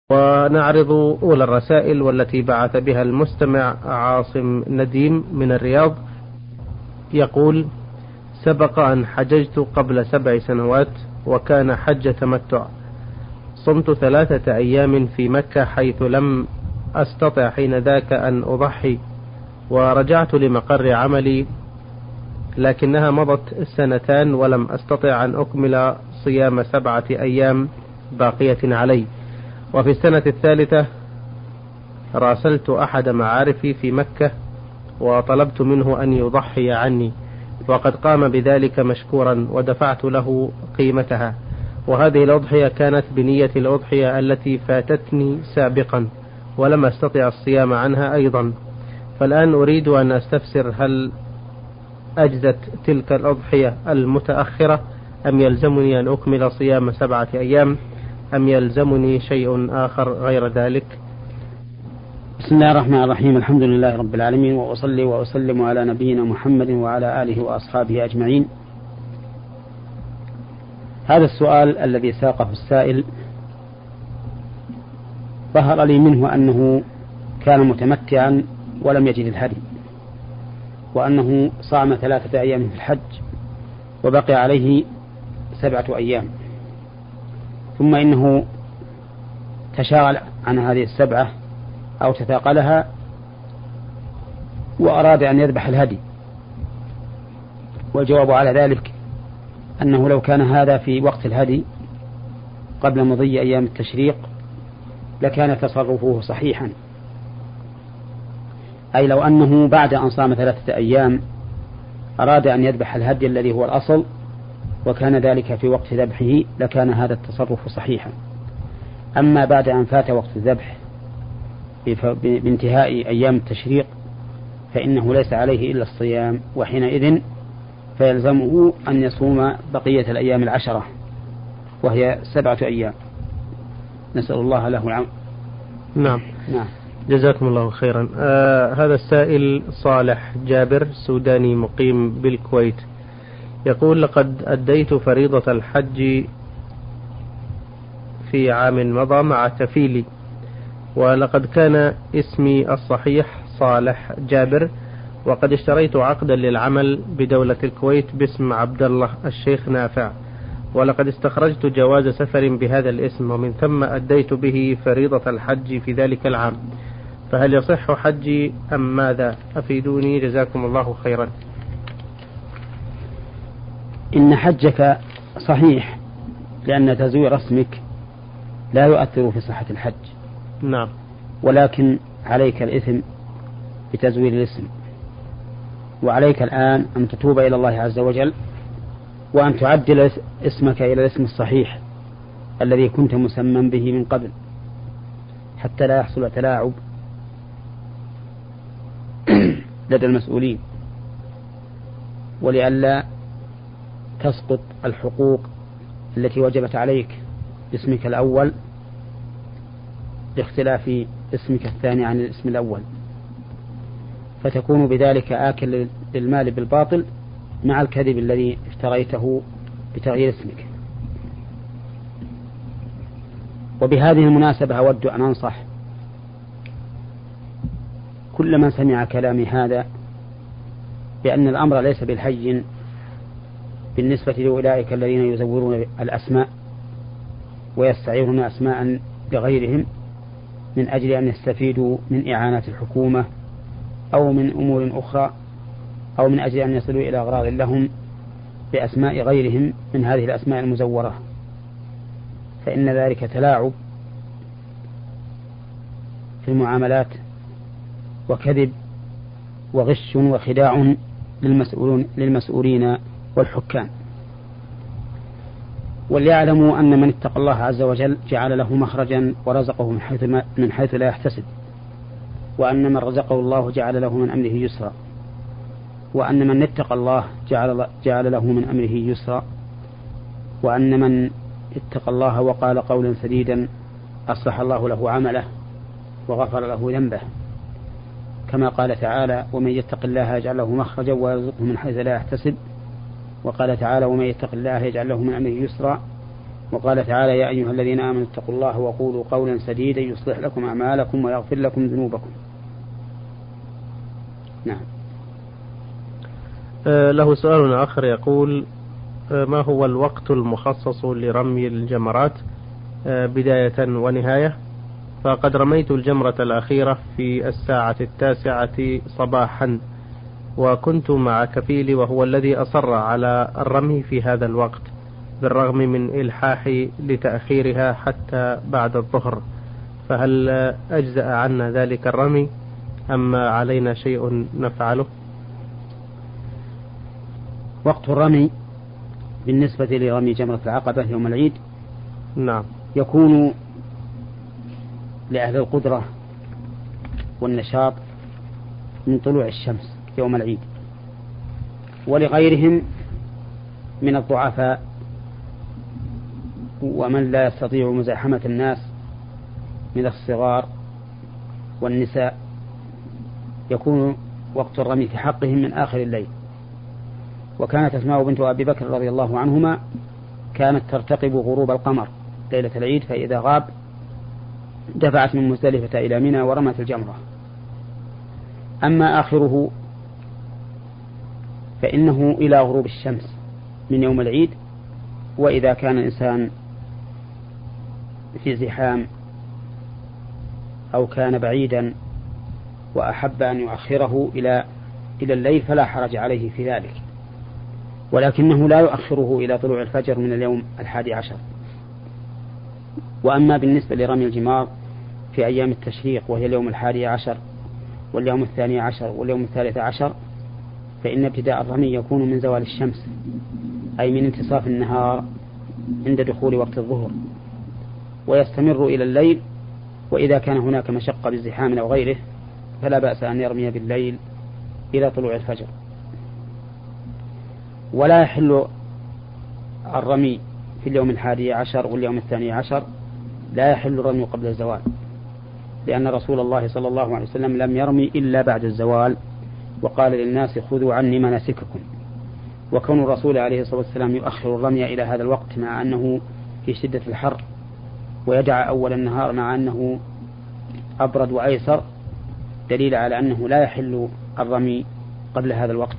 ونعرض أولى الرسائل والتي بعث بها المستمع عاصم نديم من الرياض. يقول: سبق أن حججت قبل 7 سنوات، وكان حج تمتع. صمت 3 أيام في مكة حيث لم أستطع حين ذاك أن أضحي، ورجعت لمقر عملي، لكنها مضت 2 ولم أستطع أن أكمل صيام 7 أيام باقية علي. وفي السنة الثالثة راسلت أحد معارفي في مكة وطلبت منه أن يضحي عني، وقد قام بذلك مشكورا ودفعت له قيمتها. وهذه الأضحية كانت بنية الأضحية التي فاتتني سابقا، ولم أستطع الصيام عنها أيضا. فالآن أريد أن أستفسر، هل أجزت تلك الأضحية المتأخرة أم يلزمني أن أكمل صيام 7 أيام، أم يلزمني شيء آخر غير ذلك؟ بسم الله الرحمن الرحيم. الحمد لله رب العالمين، وأصلي وأسلم على نبينا محمد وعلى آله وأصحابه أجمعين. هذا السؤال الذي ساقه السائل ظهر لي منه أنه كان متمتعا ولم يجد الهدي، وأنه صام 3 أيام في الحج وبقي عليه 7 أيام، ثم إنه تشاغل عن هذه 7 أو تثاقلها وأراد أن يذبح الهدي. والجواب على ذلك أنه لو كان هذا في وقت الهدي قبل مضي أيام التشريق لكان تصرفه صحيحا، أي لو أنه بعد أن صام 3 أيام أراد أن يذبح الهدي الذي هو الأصل وكان ذلك في وقت ذبحه لكان هذا التصرف صحيحا. أما بعد أن فات وقت الذبح بانتهاء أيام التشريق فإنه ليس عليه إلا الصيام، وحينئذ فيلزمه أن يصوم بقية الأيام 10 وهي 7 أيام. نسأل الله له العون. نعم. جزاكم الله خيرا. هذا السائل صالح جابر سوداني مقيم بالكويت، يقول: لقد أديت فريضة الحج في عام مضى مع كفيلي، ولقد كان اسمي الصحيح صالح جابر، وقد اشتريت عقدا للعمل بدولة الكويت باسم عبد الله الشيخ نافع، ولقد استخرجت جواز سفر بهذا الاسم، ومن ثم أديت به فريضة الحج في ذلك العام، فهل يصح حجي أم ماذا؟ أفيدوني جزاكم الله خيرا. إن حجك صحيح، لأن تزوير اسمك لا يؤثر في صحة الحج. نعم. ولكن عليك الإثم بتزوير الاسم، وعليك الآن أن تتوب إلى الله عز وجل وأن تعدل اسمك إلى الاسم الصحيح الذي كنت مسمى به من قبل، حتى لا يحصل تلاعب لدى المسؤولين، ولئلا تسقط الحقوق التي وجبت عليك باسمك الأول لاختلاف اسمك الثاني عن الاسم الأول، فتكون بذلك آكل للمال بالباطل مع الكذب الذي افتريته بتغيير اسمك. وبهذه المناسبة أود أن أنصح كل من سمع كلامي هذا بأن الأمر ليس بالهين بالنسبة لأولئك الذين يزورون الأسماء ويستعيرون أسماء لغيرهم من أجل أن يستفيدوا من إعانات الحكومة أو من أمور أخرى، أو من أجل أن يصلوا إلى أغراض لهم بأسماء غيرهم من هذه الأسماء المزورة، فإن ذلك تلاعب في المعاملات وكذب وغش وخداع للمسؤولين والحكام. وليعلموا أن من اتقى الله عز وجل جعل له مخرجا ورزقه من حيث لا يحتسب، وأن من رزقه الله جعل له من أمره يسرا، وأن من اتقى الله جعل له من أمره يسرا، وأن من اتقى الله وقال قولا سديدا أصلح الله له عمله وغفر له ذنبه، كما قال تعالى: ومن يتق الله يجعل له مخرجا ويرزقه من حيث لا يحتسب، وقال تعالى: ومن يتق الله يجعل له من أمره يسرا وقال تعالى يا أيها الذين آمنوا اتقوا الله وقولوا قولا سديدا يصلح لكم أعمالكم ويغفر لكم ذنوبكم. نعم. له سؤال آخر يقول ما هو الوقت المخصص لرمي الجمرات بداية ونهاية؟ فقد رميت الجمرة الأخيرة في 9:09 صباحا، وكنت مع كفيلي وهو الذي أصر على الرمي في هذا الوقت بالرغم من إلحاحي لتأخيرها حتى بعد الظهر، فهل أجزأ عنا ذلك الرمي أم علينا شيء نفعله؟ وقت الرمي بالنسبة لرمي جمرة العقبة يوم العيد نعم يكون لأهل القدرة والنشاط من طلوع الشمس يوم العيد، ولغيرهم من الضعفاء ومن لا يستطيع مزاحمة الناس من الصغار والنساء يكون وقت الرمي في حقهم من آخر الليل. وكانت أسماء بنت أبي بكر رضي الله عنهما كانت ترتقب غروب القمر ليلة العيد، فإذا غاب دفعت من مزدلفة إلى منى ورمت الجمرة. أما آخره فإنه إلى غروب الشمس من يوم العيد، وإذا كان الإنسان في زحام أو كان بعيدا وأحب أن يؤخره إلى الليل فلا حرج عليه في ذلك، ولكنه لا يؤخره إلى طلوع الفجر من اليوم 11. وأما بالنسبة لرمي الجمار في أيام التشريق وهي اليوم 11 واليوم 12 واليوم 13 فإن ابتداء الرمي يكون من زوال الشمس، أي من انتصاف النهار عند دخول وقت الظهر، ويستمر إلى الليل. وإذا كان هناك مشقة بالزحام أو غيره فلا بأس أن يرمي بالليل إلى طلوع الفجر. ولا يحل الرمي في اليوم 11 واليوم 12، لا يحل الرمي قبل الزوال، لأن رسول الله صلى الله عليه وسلم لم يرمي إلا بعد الزوال، وقال للناس خذوا عني مناسككم. وكون الرسول عليه الصلاة والسلام يؤخر الرمي إلى هذا الوقت مع أنه في شدة الحر، ويدع أول النهار مع أنه أبرد وأيسر، دليل على أنه لا يحل الرمي قبل هذا الوقت.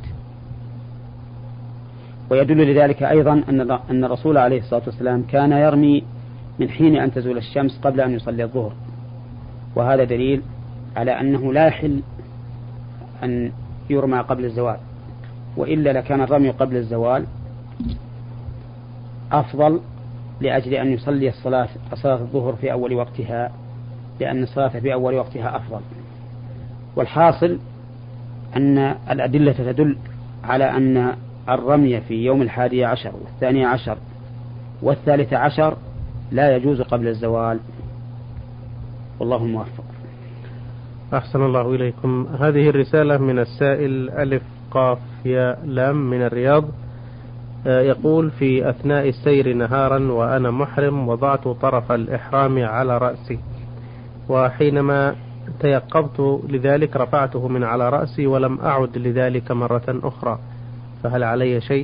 ويدل لذلك أيضا أن الرسول عليه الصلاة والسلام كان يرمي من حين أن تزول الشمس قبل أن يصلي الظهر، وهذا دليل على أنه لا يحل أن يرمى قبل الزوال، وإلا لكان الرمي قبل الزوال أفضل لأجل أن يصلي صلاة الظهر في أول وقتها، لأن الصلاة في أول وقتها أفضل. والحاصل أن الأدلة تدل على أن الرمي في يوم 11 و12 و13 لا يجوز قبل الزوال، والله موفق. أحسن الله إليكم. هذه الرسالة من السائل ألف قاف ياء لام من الرياض، يقول في أثناء السير نهارا وأنا محرم وضعت طرف الإحرام على رأسي، وحينما تيقظت لذلك رفعته من على رأسي ولم أعد لذلك مرة أخرى، فهل علي شيء؟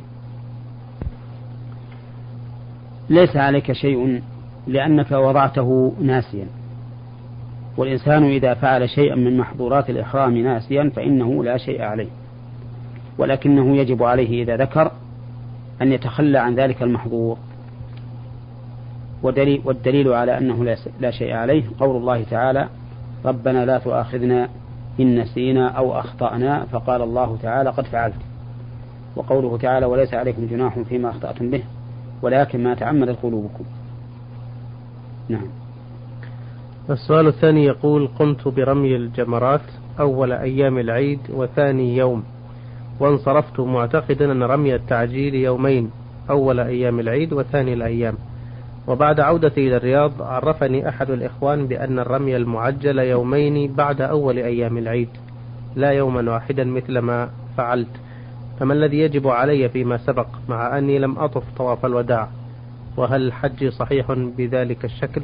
ليس عليك شيء، لأنك وضعته ناسيا، والإنسان إذا فعل شيئا من محظورات الإحرام ناسيا فإنه لا شيء عليه، ولكنه يجب عليه إذا ذكر أن يتخلى عن ذلك المحظور. والدليل على أنه لا شيء عليه قول الله تعالى ربنا لا تؤاخذنا إن نسينا أو أخطأنا، فقال الله تعالى قد فعلت. وقوله تعالى وليس عليكم جناح فيما أخطأتم به ولكن ما تعمدت قلوبكم. نعم. السؤال الثاني يقول قمت برمي الجمرات أول أيام العيد وثاني يوم، وانصرفت معتقدا أن رمي التعجيل يومين، أول أيام العيد وثاني الأيام. وبعد عودتي إلى الرياض عرفني أحد الإخوان بأن الرمي المعجل يومين بعد أول أيام العيد لا يوما واحدا مثل ما فعلت، فما الذي يجب علي فيما سبق مع أني لم أطف طواف الوداع؟ وهل حجي صحيح بذلك الشكل؟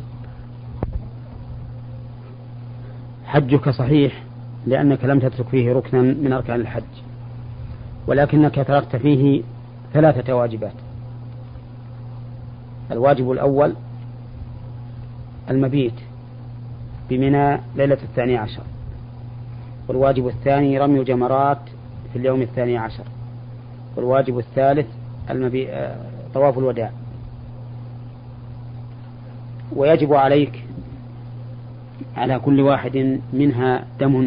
حجك صحيح لأنك لم تترك فيه ركنا من أركان الحج، ولكنك تركت فيه 3 واجبات. الواجب الأول المبيت بمنى ليلة 12، والواجب الثاني رمي الجمرات في اليوم 12، والواجب الثالث طواف الوداع. ويجب عليك على كل واحد منها دم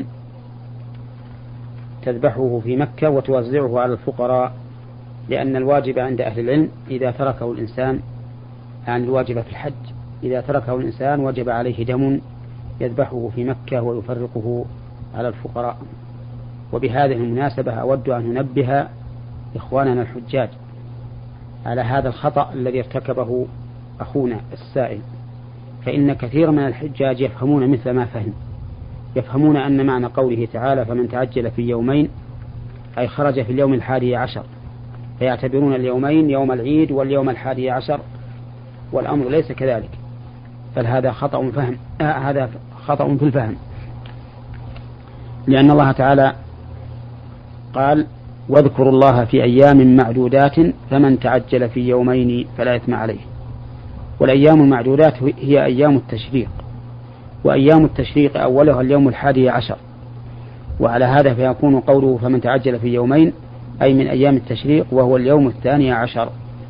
تذبحه في مكة وتوزعه على الفقراء، لأن الواجب عند أهل العلم إذا تركه الإنسان، عن الواجب في الحج إذا تركه الإنسان وجب عليه دم يذبحه في مكة ويفرقه على الفقراء. وبهذه المناسبة أود أن ننبه إخواننا الحجاج على هذا الخطأ الذي ارتكبه أخونا السائل، فإن كثير من الحجاج يفهمون مثل ما فهم، يفهمون أن معنى قوله تعالى فمن تعجل في يومين أي خرج في اليوم 11، فيعتبرون اليومين يوم العيد واليوم 11، والأمر ليس كذلك، بل هذا خطأ فهم، هذا خطأ في الفهم، لأن الله تعالى قال واذكروا الله في أيام معدودات فمن تعجل في يومين فلا إثم عليه. والأيام المعدودات هي أيام التشريق، وأيام التشريق أولها اليوم 11، وعلى هذا فيكون قوله فمن تعجل في يومين أي من أيام التشريق وهو اليوم 12.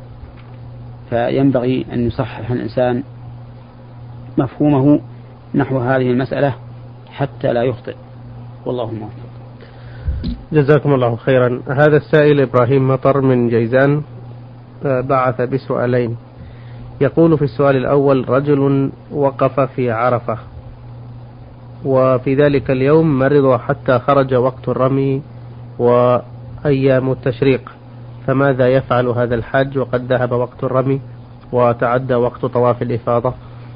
فينبغي أن يصحح الإنسان مفهومه نحو هذه المسألة حتى لا يخطئ، والله موفق. جزاكم الله خيرا. هذا السائل إبراهيم مطر من جيزان بعث بسؤالين. يقول في السؤال الأول: رجل وقف في عرفة وفي ذلك اليوم مرض حتى خرج وقت الرمي وأيام التشريق، فماذا يفعل هذا الحاج وقد ذهب وقت الرمي وتعدى وقت طواف الإفاضة؟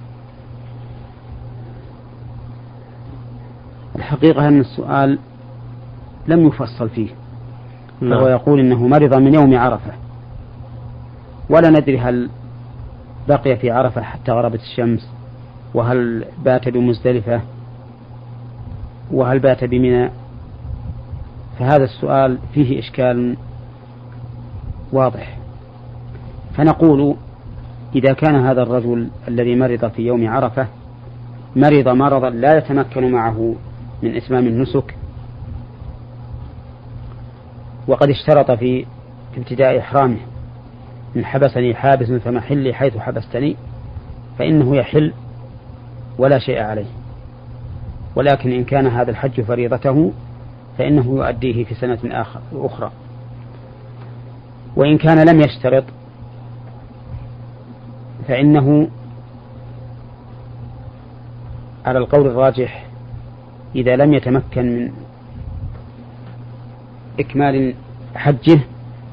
الحقيقة أن السؤال لم يفصل فيه، فهو يقول إنه مرض من يوم عرفة، ولا ندري هل بقي في عرفة حتى غربت الشمس، وهل بات بمزدلفة، وهل بات بمنى، فهذا السؤال فيه إشكال واضح. فنقول إذا كان هذا الرجل الذي مرض في يوم عرفة مرض مرضا لا يتمكن معه من إتمام النسك، وقد اشترط في ابتداء إحرامه إن حبسني حابس فمحلي حيث حبستني، فإنه يحل ولا شيء عليه. ولكن إن كان هذا الحج فريضته فإنه يؤديه في سنة أخرى. وإن كان لم يشترط فإنه على القول الراجح إذا لم يتمكن من إكمال حجه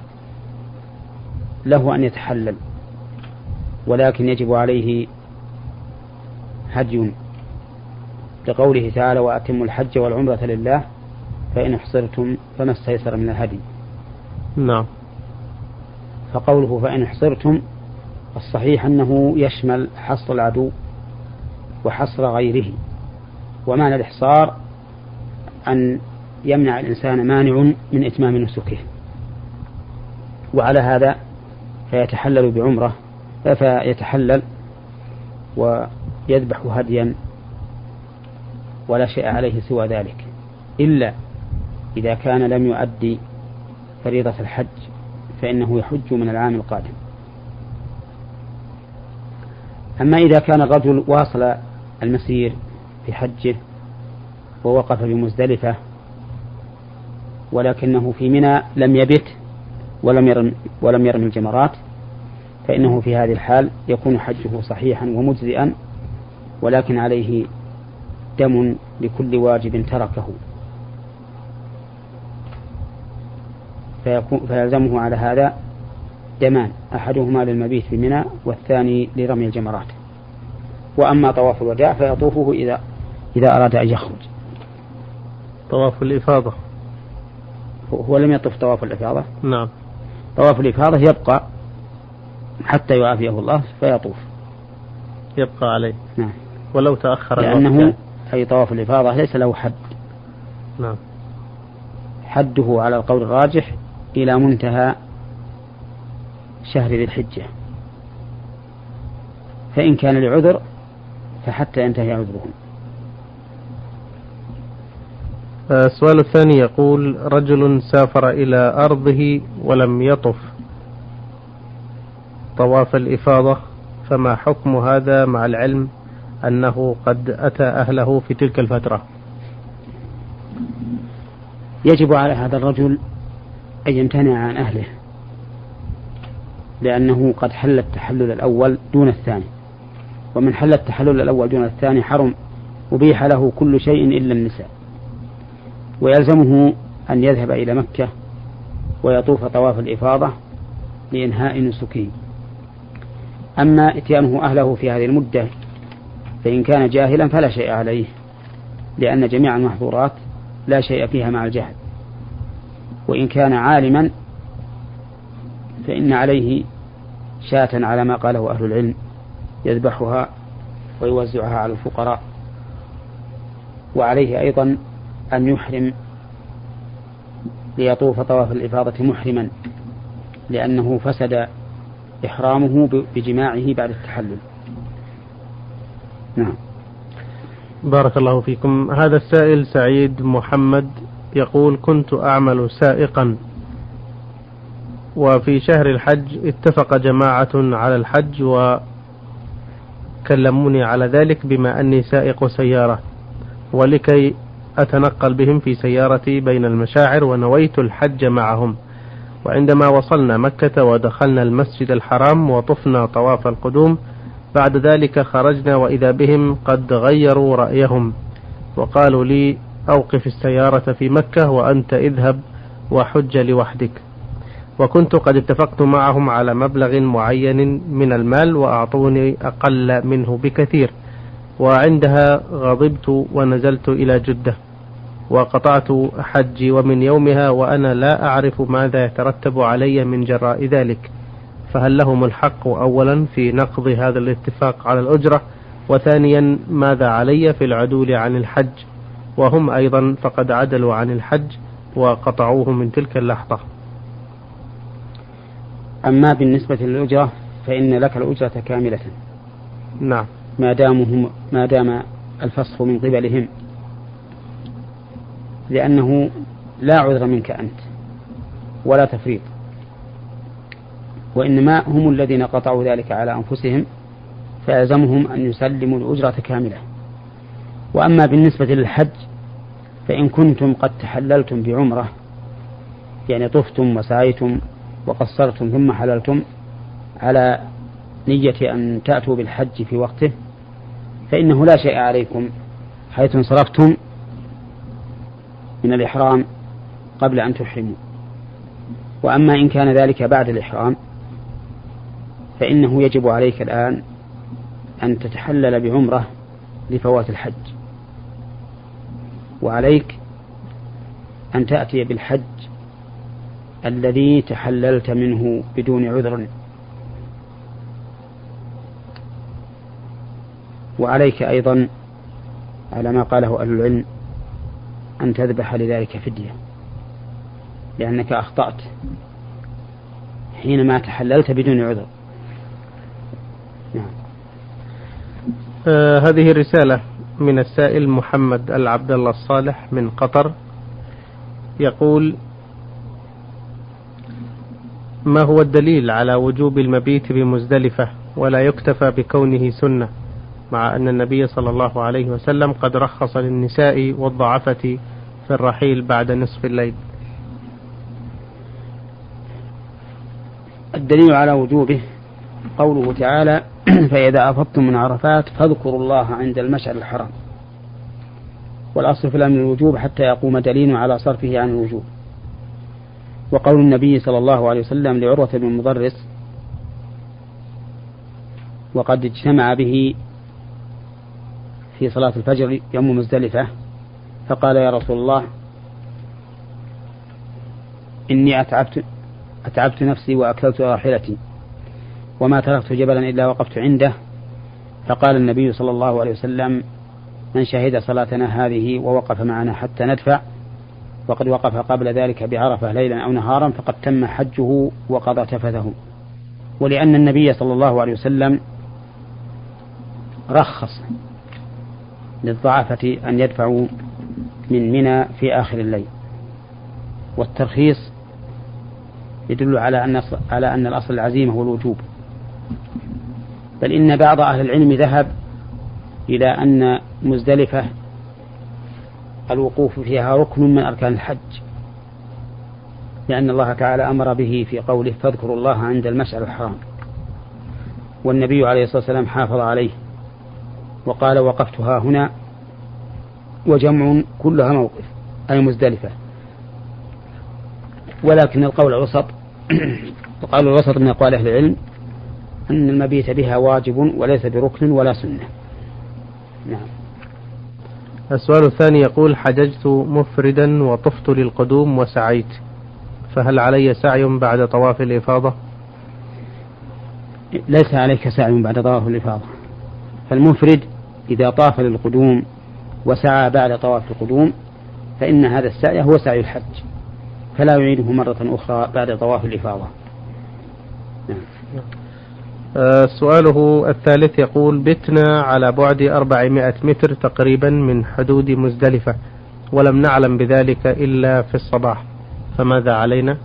له أن يتحلل، ولكن يجب عليه هدي، لقوله تعالى وأتموا الحج والعمرة لله فإن احصرتم فما استيسر من الهدي. نعم. فقوله فإن احصرتم الصحيح أنه يشمل حصر العدو وحصر غيره، ومعنى الإحصار أن يمنع الإنسان مانع من إتمام نسكه، وعلى هذا فيتحلل بعمرة، فيتحلل ويذبح هديا ولا شيء عليه سوى ذلك، إلا إذا كان لم يؤدي فريضة الحج فإنه يحج من العام القادم. أما إذا كان الرجل واصل المسير في حجه ووقف بمزدلفة ولكنه في منى لم يبت ولم يرم الجمرات، فإنه في هذه الحال يكون حجه صحيحا ومجزئا، ولكن عليه دم لكل واجب تركه، فيلزمه على هذا دمان، أحدهما للمبيت بمنى والثاني لرمي الجمرات. وأما طواف الوداع فيطوفه إذا أراد أن يخرج. طواف الإفاضة هو لم يطف طواف الإفاضة. نعم. طواف الإفاضة يبقى حتى يعافيه الله فيطوف، يبقى عليه. نعم. ولو تأخر لأنه أي طواف الإفاضة ليس له حد. نعم. حده على القول الراجح إلى منتهى شهر ذي الحجة، فإن كان لعذر فحتى ينتهي عذرهم. السؤال الثاني يقول: رجل سافر إلى أرضه ولم يطف طواف الإفاضة، فما حكم هذا مع العلم أنه قد أتى أهله في تلك الفترة؟ يجب على هذا الرجل أن يمتنع عن أهله، لأنه قد حل التحلل الأول دون الثاني، ومن حل التحلل الأول دون الثاني حرم، أبيح له كل شيء إلا النساء، ويلزمه أن يذهب إلى مكة ويطوف طواف الإفاضة لإنهاء نسكه. أما إتيانه أهله في هذه المدة فإن كان جاهلا فلا شيء عليه، لأن جميع المحظورات لا شيء فيها مع الجهل، وإن كان عالما فإن عليه شاة على ما قاله أهل العلم يذبحها ويوزعها على الفقراء، وعليه أيضا أن يحرم ليطوف طواف الإفاضة محرما، لأنه فسد إحرامه بجماعه بعد التحلل. نعم. بارك الله فيكم. هذا السائل سعيد محمد يقول: كنت أعمل سائقا، وفي شهر الحج اتفق جماعة على الحج وكلموني على ذلك بما أني سائق سيارة، ولكي أتنقل بهم في سيارتي بين المشاعر، ونويت الحج معهم. وعندما وصلنا مكة ودخلنا المسجد الحرام وطفنا طواف القدوم، بعد ذلك خرجنا وإذا بهم قد غيروا رأيهم وقالوا لي: أوقف السيارة في مكة وأنت اذهب وحج لوحدك. وكنت قد اتفقت معهم على مبلغ معين من المال وأعطوني أقل منه بكثير، وعندها غضبت ونزلت إلى جدة وقطعت حجي، ومن يومها وأنا لا أعرف ماذا يترتب علي من جراء ذلك، فهل لهم الحق أولا في نقض هذا الاتفاق على الأجرة؟ وثانيا ماذا علي في العدول عن الحج؟ وهم أيضا فقد عدلوا عن الحج وقطعوه من تلك اللحظة. أما بالنسبة للأجرة فإن لك الأجرة كاملة. نعم. ما دام الفسخ من قبلهم، لأنه لا عذر منك أنت ولا تفريط، وإنما هم الذين قطعوا ذلك على أنفسهم، فيلزمهم أن يسلموا الأجرة كاملة. وأما بالنسبة للحج فإن كنتم قد تحللتم بعمرة، يعني طفتم وسعيتم وقصرتم ثم حللتم على نية أن تأتوا بالحج في وقته، فإنه لا شيء عليكم حيث انصرفتم من الإحرام قبل أن تحرموا. وأما إن كان ذلك بعد الإحرام فإنه يجب عليك الآن أن تتحلل بعمرة لفوات الحج، وعليك أن تأتي بالحج الذي تحللت منه بدون عذر، وعليك أيضا على ما قاله أهل العلم أن تذبح لذلك فدية، لأنك أخطأت حينما تحللت بدون عذر. نعم. هذه رسالة من السائل محمد العبد الله الصالح من قطر، يقول: ما هو الدليل على وجوب المبيت بمزدلفة ولا يكتفى بكونه سنة، مع أن النبي صلى الله عليه وسلم قد رخص للنساء والضعفة في الرحيل بعد نصف الليل؟ الدليل على وجوبه قوله تعالى: فإذا أفضتم من عرفات فاذكروا الله عند المشعر الحرام. والأصل في الأمر الوجوب حتى يقوم دليل على صرفه عن الوجوب. وقول النبي صلى الله عليه وسلم لعروة بن مضرس وقد اجتمع به في صلاة الفجر يوم مزدلفة، فقال: يا رسول الله إني أتعبت نفسي وأكلت راحلتي وما تركت جبلا إلا وقفت عنده. فقال النبي صلى الله عليه وسلم: من شهد صلاتنا هذه ووقف معنا حتى ندفع وقد وقف قبل ذلك بعرفة ليلا أو نهارا فقد تم حجه وقضى تفثه. ولأن النبي صلى الله عليه وسلم رخص للضعفة أن يدفعوا من منى في آخر الليل، والترخيص يدل على أن الأصل العزيمة هو الوجوب، بل إن بعض أهل العلم ذهب إلى أن مزدلفة الوقوف فيها ركن من أركان الحج، لأن الله تعالى أمر به في قوله فاذكروا الله عند المشعر الحرام، والنبي عليه الصلاة والسلام حافظ عليه وقال وقفتها هنا، وجمع كلها موقف أي مزدلفة. ولكن القول الوسط وقالوا الوسط من أقوال أهل العلم أن المبيت بها واجب وليس بركن ولا سنة. نعم. السؤال الثاني يقول حججت مفردا وطفت للقدوم وسعيت، فهل علي سعي بعد طواف الإفاضة؟ ليس عليك سعي بعد طواف الإفاضة، فالمفرد إذا طاف للقدوم وسعى بعد طواف القدوم فإن هذا السعي هو سعي الحج، فلا يعيده مرة أخرى بعد طواف الإفاضة. نعم. سؤاله الثالث يقول بتنا على بعد 400 متر تقريبا من حدود مزدلفة، ولم نعلم بذلك إلا في الصباح، فماذا علينا؟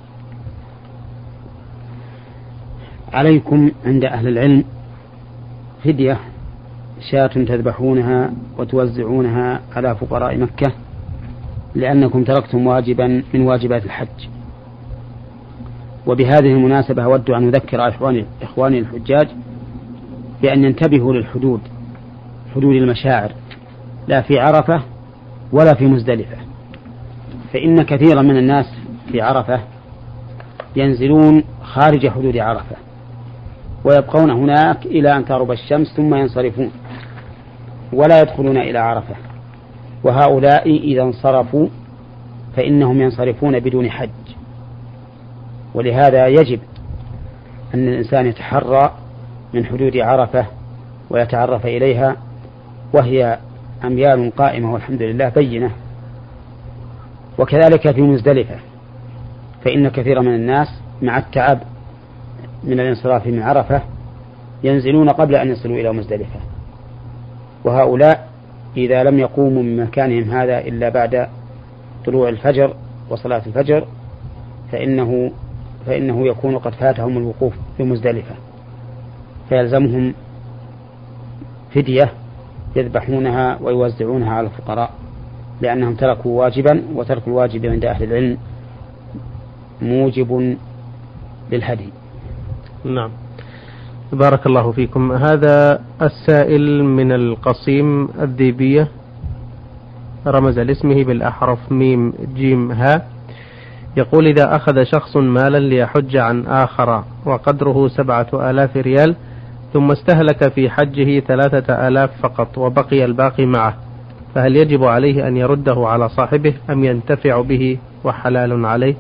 عليكم عند أهل العلم فدية، شاة تذبحونها وتوزعونها على فقراء مكة، لأنكم تركتم واجبا من واجبات الحج. وبهذه المناسبة أود أن أذكر إخواني الحجاج بأن ينتبهوا للحدود، حدود المشاعر، لا في عرفة ولا في مزدلفة، فإن كثيرا من الناس في عرفة ينزلون خارج حدود عرفة ويبقون هناك إلى أن تغرب الشمس ثم ينصرفون ولا يدخلون إلى عرفة، وهؤلاء إذا انصرفوا فإنهم ينصرفون بدون حج. ولهذا يجب أن الإنسان يتحرى من حدود عرفة ويتعرف إليها، وهي أميال قائمة والحمد لله بينة. وكذلك في مزدلفة، فإن كثير من الناس مع التعب من الانصراف من عرفة ينزلون قبل أن يصلوا إلى مزدلفة، وهؤلاء إذا لم يقوموا من مكانهم هذا إلا بعد طلوع الفجر وصلاة الفجر فإنه يكون قد فاتهم الوقوف في مزدلفة، فيلزمهم فدية يذبحونها ويوزعونها على الفقراء، لأنهم تركوا واجبا، وترك الواجب عند أهل العلم موجب للهدي. نعم. بارك الله فيكم. هذا السائل من القصيم الذيبية رمز لاسمه بالأحرف ميم جيم ها، يقول إذا أخذ شخص مالا ليحج عن آخر وقدره 7,000 ريال، ثم استهلك في حجه 3,000 فقط وبقي الباقي معه، فهل يجب عليه أن يرده على صاحبه أم ينتفع به وحلال عليه؟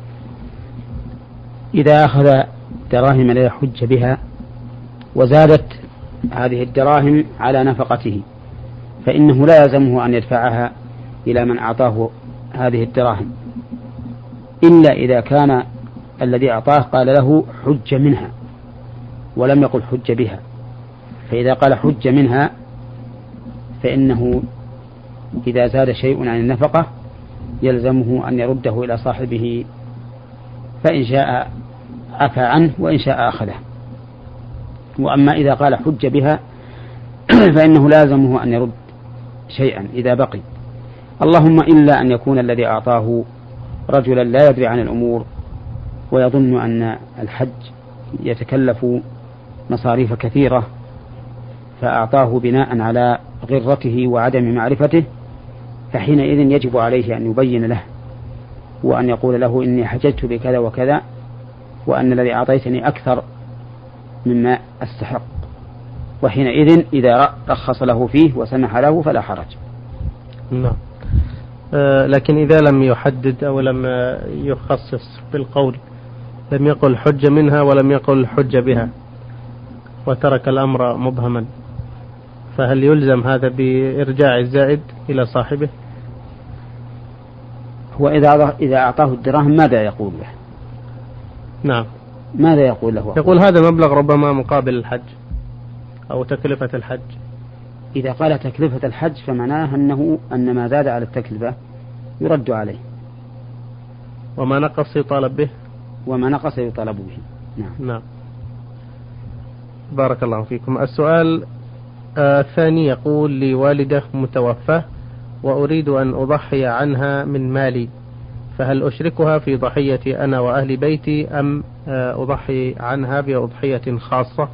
إذا أخذ دراهم ليحج بها وزادت هذه الدراهم على نفقته فإنه لا يلزمه أن يدفعها إلى من أعطاه هذه الدراهم، إلا إذا كان الذي أعطاه قال له حج منها ولم يقل حج بها، فإذا قال حج منها فإنه إذا زاد شيء عن النفقة يلزمه أن يرده إلى صاحبه، فإن شاء عفى عنه وإن شاء أخذه. وأما إذا قال حج بها فإنه لازمه أن يرد شيئا إذا بقي، اللهم إلا أن يكون الذي أعطاه رجلا لا يدري عن الأمور ويظن أن الحج يتكلف مصاريف كثيرة فأعطاه بناء على غرته وعدم معرفته، فحينئذ يجب عليه أن يبين له وأن يقول له إني حججت بكذا وكذا، وأن الذي أعطيتني أكثر مما استحق، وحينئذ إذا رخص له فيه وسمح له فلا حرج. نعم. لكن إذا لم يحدد أو لم يخصص بالقول، لم يقل حج منها ولم يقل حج بها وترك الأمر مبهما، فهل يلزم هذا بإرجاع الزائد إلى صاحبه؟ وإذا أعطاه الدراهم ماذا يقول له؟ نعم. ماذا يقول له؟ يقول هذا مبلغ ربما مقابل الحج أو تكلفة الحج. إذا قال تكلفة الحج فمعناه أن ما زاد على التكلفة يرد عليه، وما نقص يطالب به، وما نقص يطالب به. نعم. بارك الله فيكم. السؤال الثاني يقول: لي والدة متوفاة وأريد أن أضحي عنها من مالي، فهل أشركها في ضحيتي أنا وأهل بيتي أم أضحي عنها بأضحية خاصة؟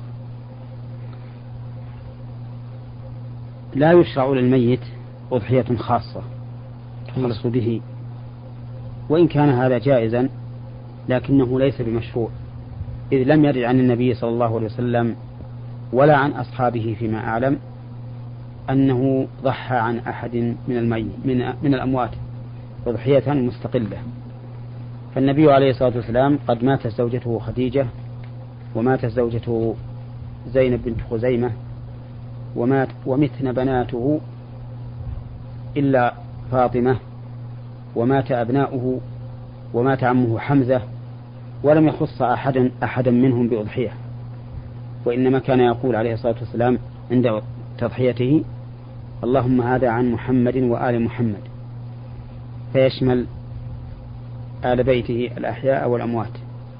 لا يشرع للميت أضحية خاصة تخص به، وإن كان هذا جائزا لكنه ليس بمشروع، إذ لم يرد عن النبي صلى الله عليه وسلم ولا عن أصحابه فيما أعلم أنه ضحى عن أحد من الأموات أضحية مستقلة. فالنبي عليه الصلاة والسلام قد ماتت زوجته خديجة، وماتت زوجته زينب بنت خزيمة، ومتن بناته إلا فاطمة، ومات أبناؤه، ومات عمه حمزة، ولم يخص أحدا منهم بأضحية، وإنما كان يقول عليه الصلاة والسلام عند تضحيته: اللهم هذا عن محمد وآل محمد، فيشمل آل بيته الأحياء والأموات.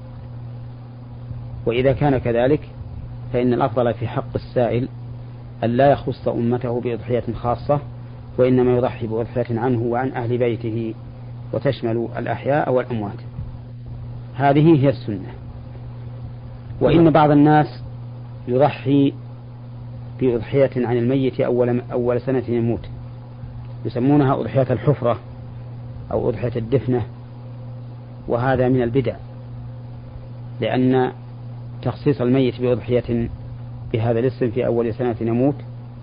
وإذا كان كذلك فإن الأفضل في حق السائل أن لا يخص أمته بأضحية خاصة، وإنما يضحي بأضحية عنه وعن أهل بيته وتشمل الأحياء والأموات. هذه هي السنة. وإن بعض الناس يضحي بأضحية عن الميت أول سنة يموت، يسمونها أضحية الحفرة أو أضحية الدفنة، وهذا من البدع، لأن تخصيص الميت بأضحية بهذا الاسم في أول سنة يموت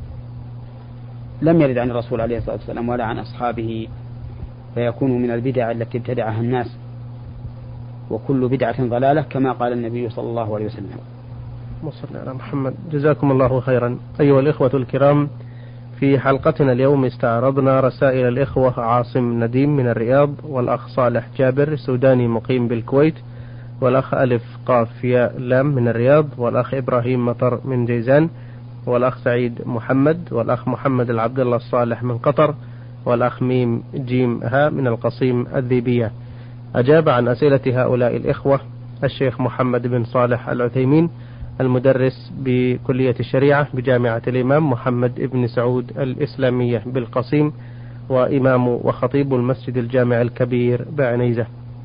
لم يرد عن الرسول عليه الصلاة والسلام ولا عن أصحابه، فيكون من البدع التي ابتدعها الناس، وكل بدعة ضلالة كما قال النبي صلى الله عليه وسلم. وصلى على محمد. جزاكم الله خيرا. أيها الإخوة الكرام، في حلقتنا اليوم استعرضنا رسائل الإخوة عاصم نديم من الرياض، والأخ صالح جابر سوداني مقيم بالكويت، والأخ ألف قاف ياء لام من الرياض، والأخ إبراهيم مطر من جيزان، والأخ سعيد محمد، والأخ محمد العبد الله الصالح من قطر، والأخ ميم جيم ها من القصيم الذيبية. أجاب عن أسئلة هؤلاء الإخوة الشيخ محمد بن صالح العثيمين، المدرس بكلية الشريعة بجامعة الإمام محمد بن سعود الإسلامية بالقصيم، وإمام وخطيب المسجد الجامع الكبير بعنيزة.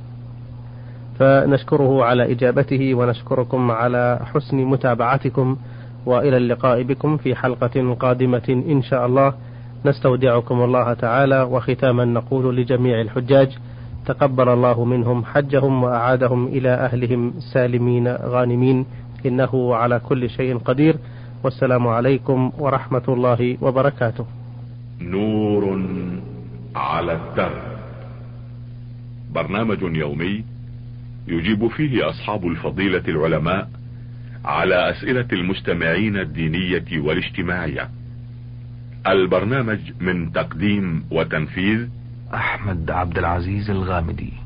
فنشكره على إجابته، ونشكركم على حسن متابعتكم، وإلى اللقاء بكم في حلقة قادمة إن شاء الله. نستودعكم الله تعالى، وختاما نقول لجميع الحجاج: تقبل الله منهم حجهم وأعادهم إلى أهلهم سالمين غانمين، إنه على كل شيء قدير. والسلام عليكم ورحمة الله وبركاته. نور على الدرب، برنامج يومي يجيب فيه أصحاب الفضيلة العلماء على أسئلة المستمعين الدينية والاجتماعية. البرنامج من تقديم وتنفيذ أحمد عبد العزيز الغامدي.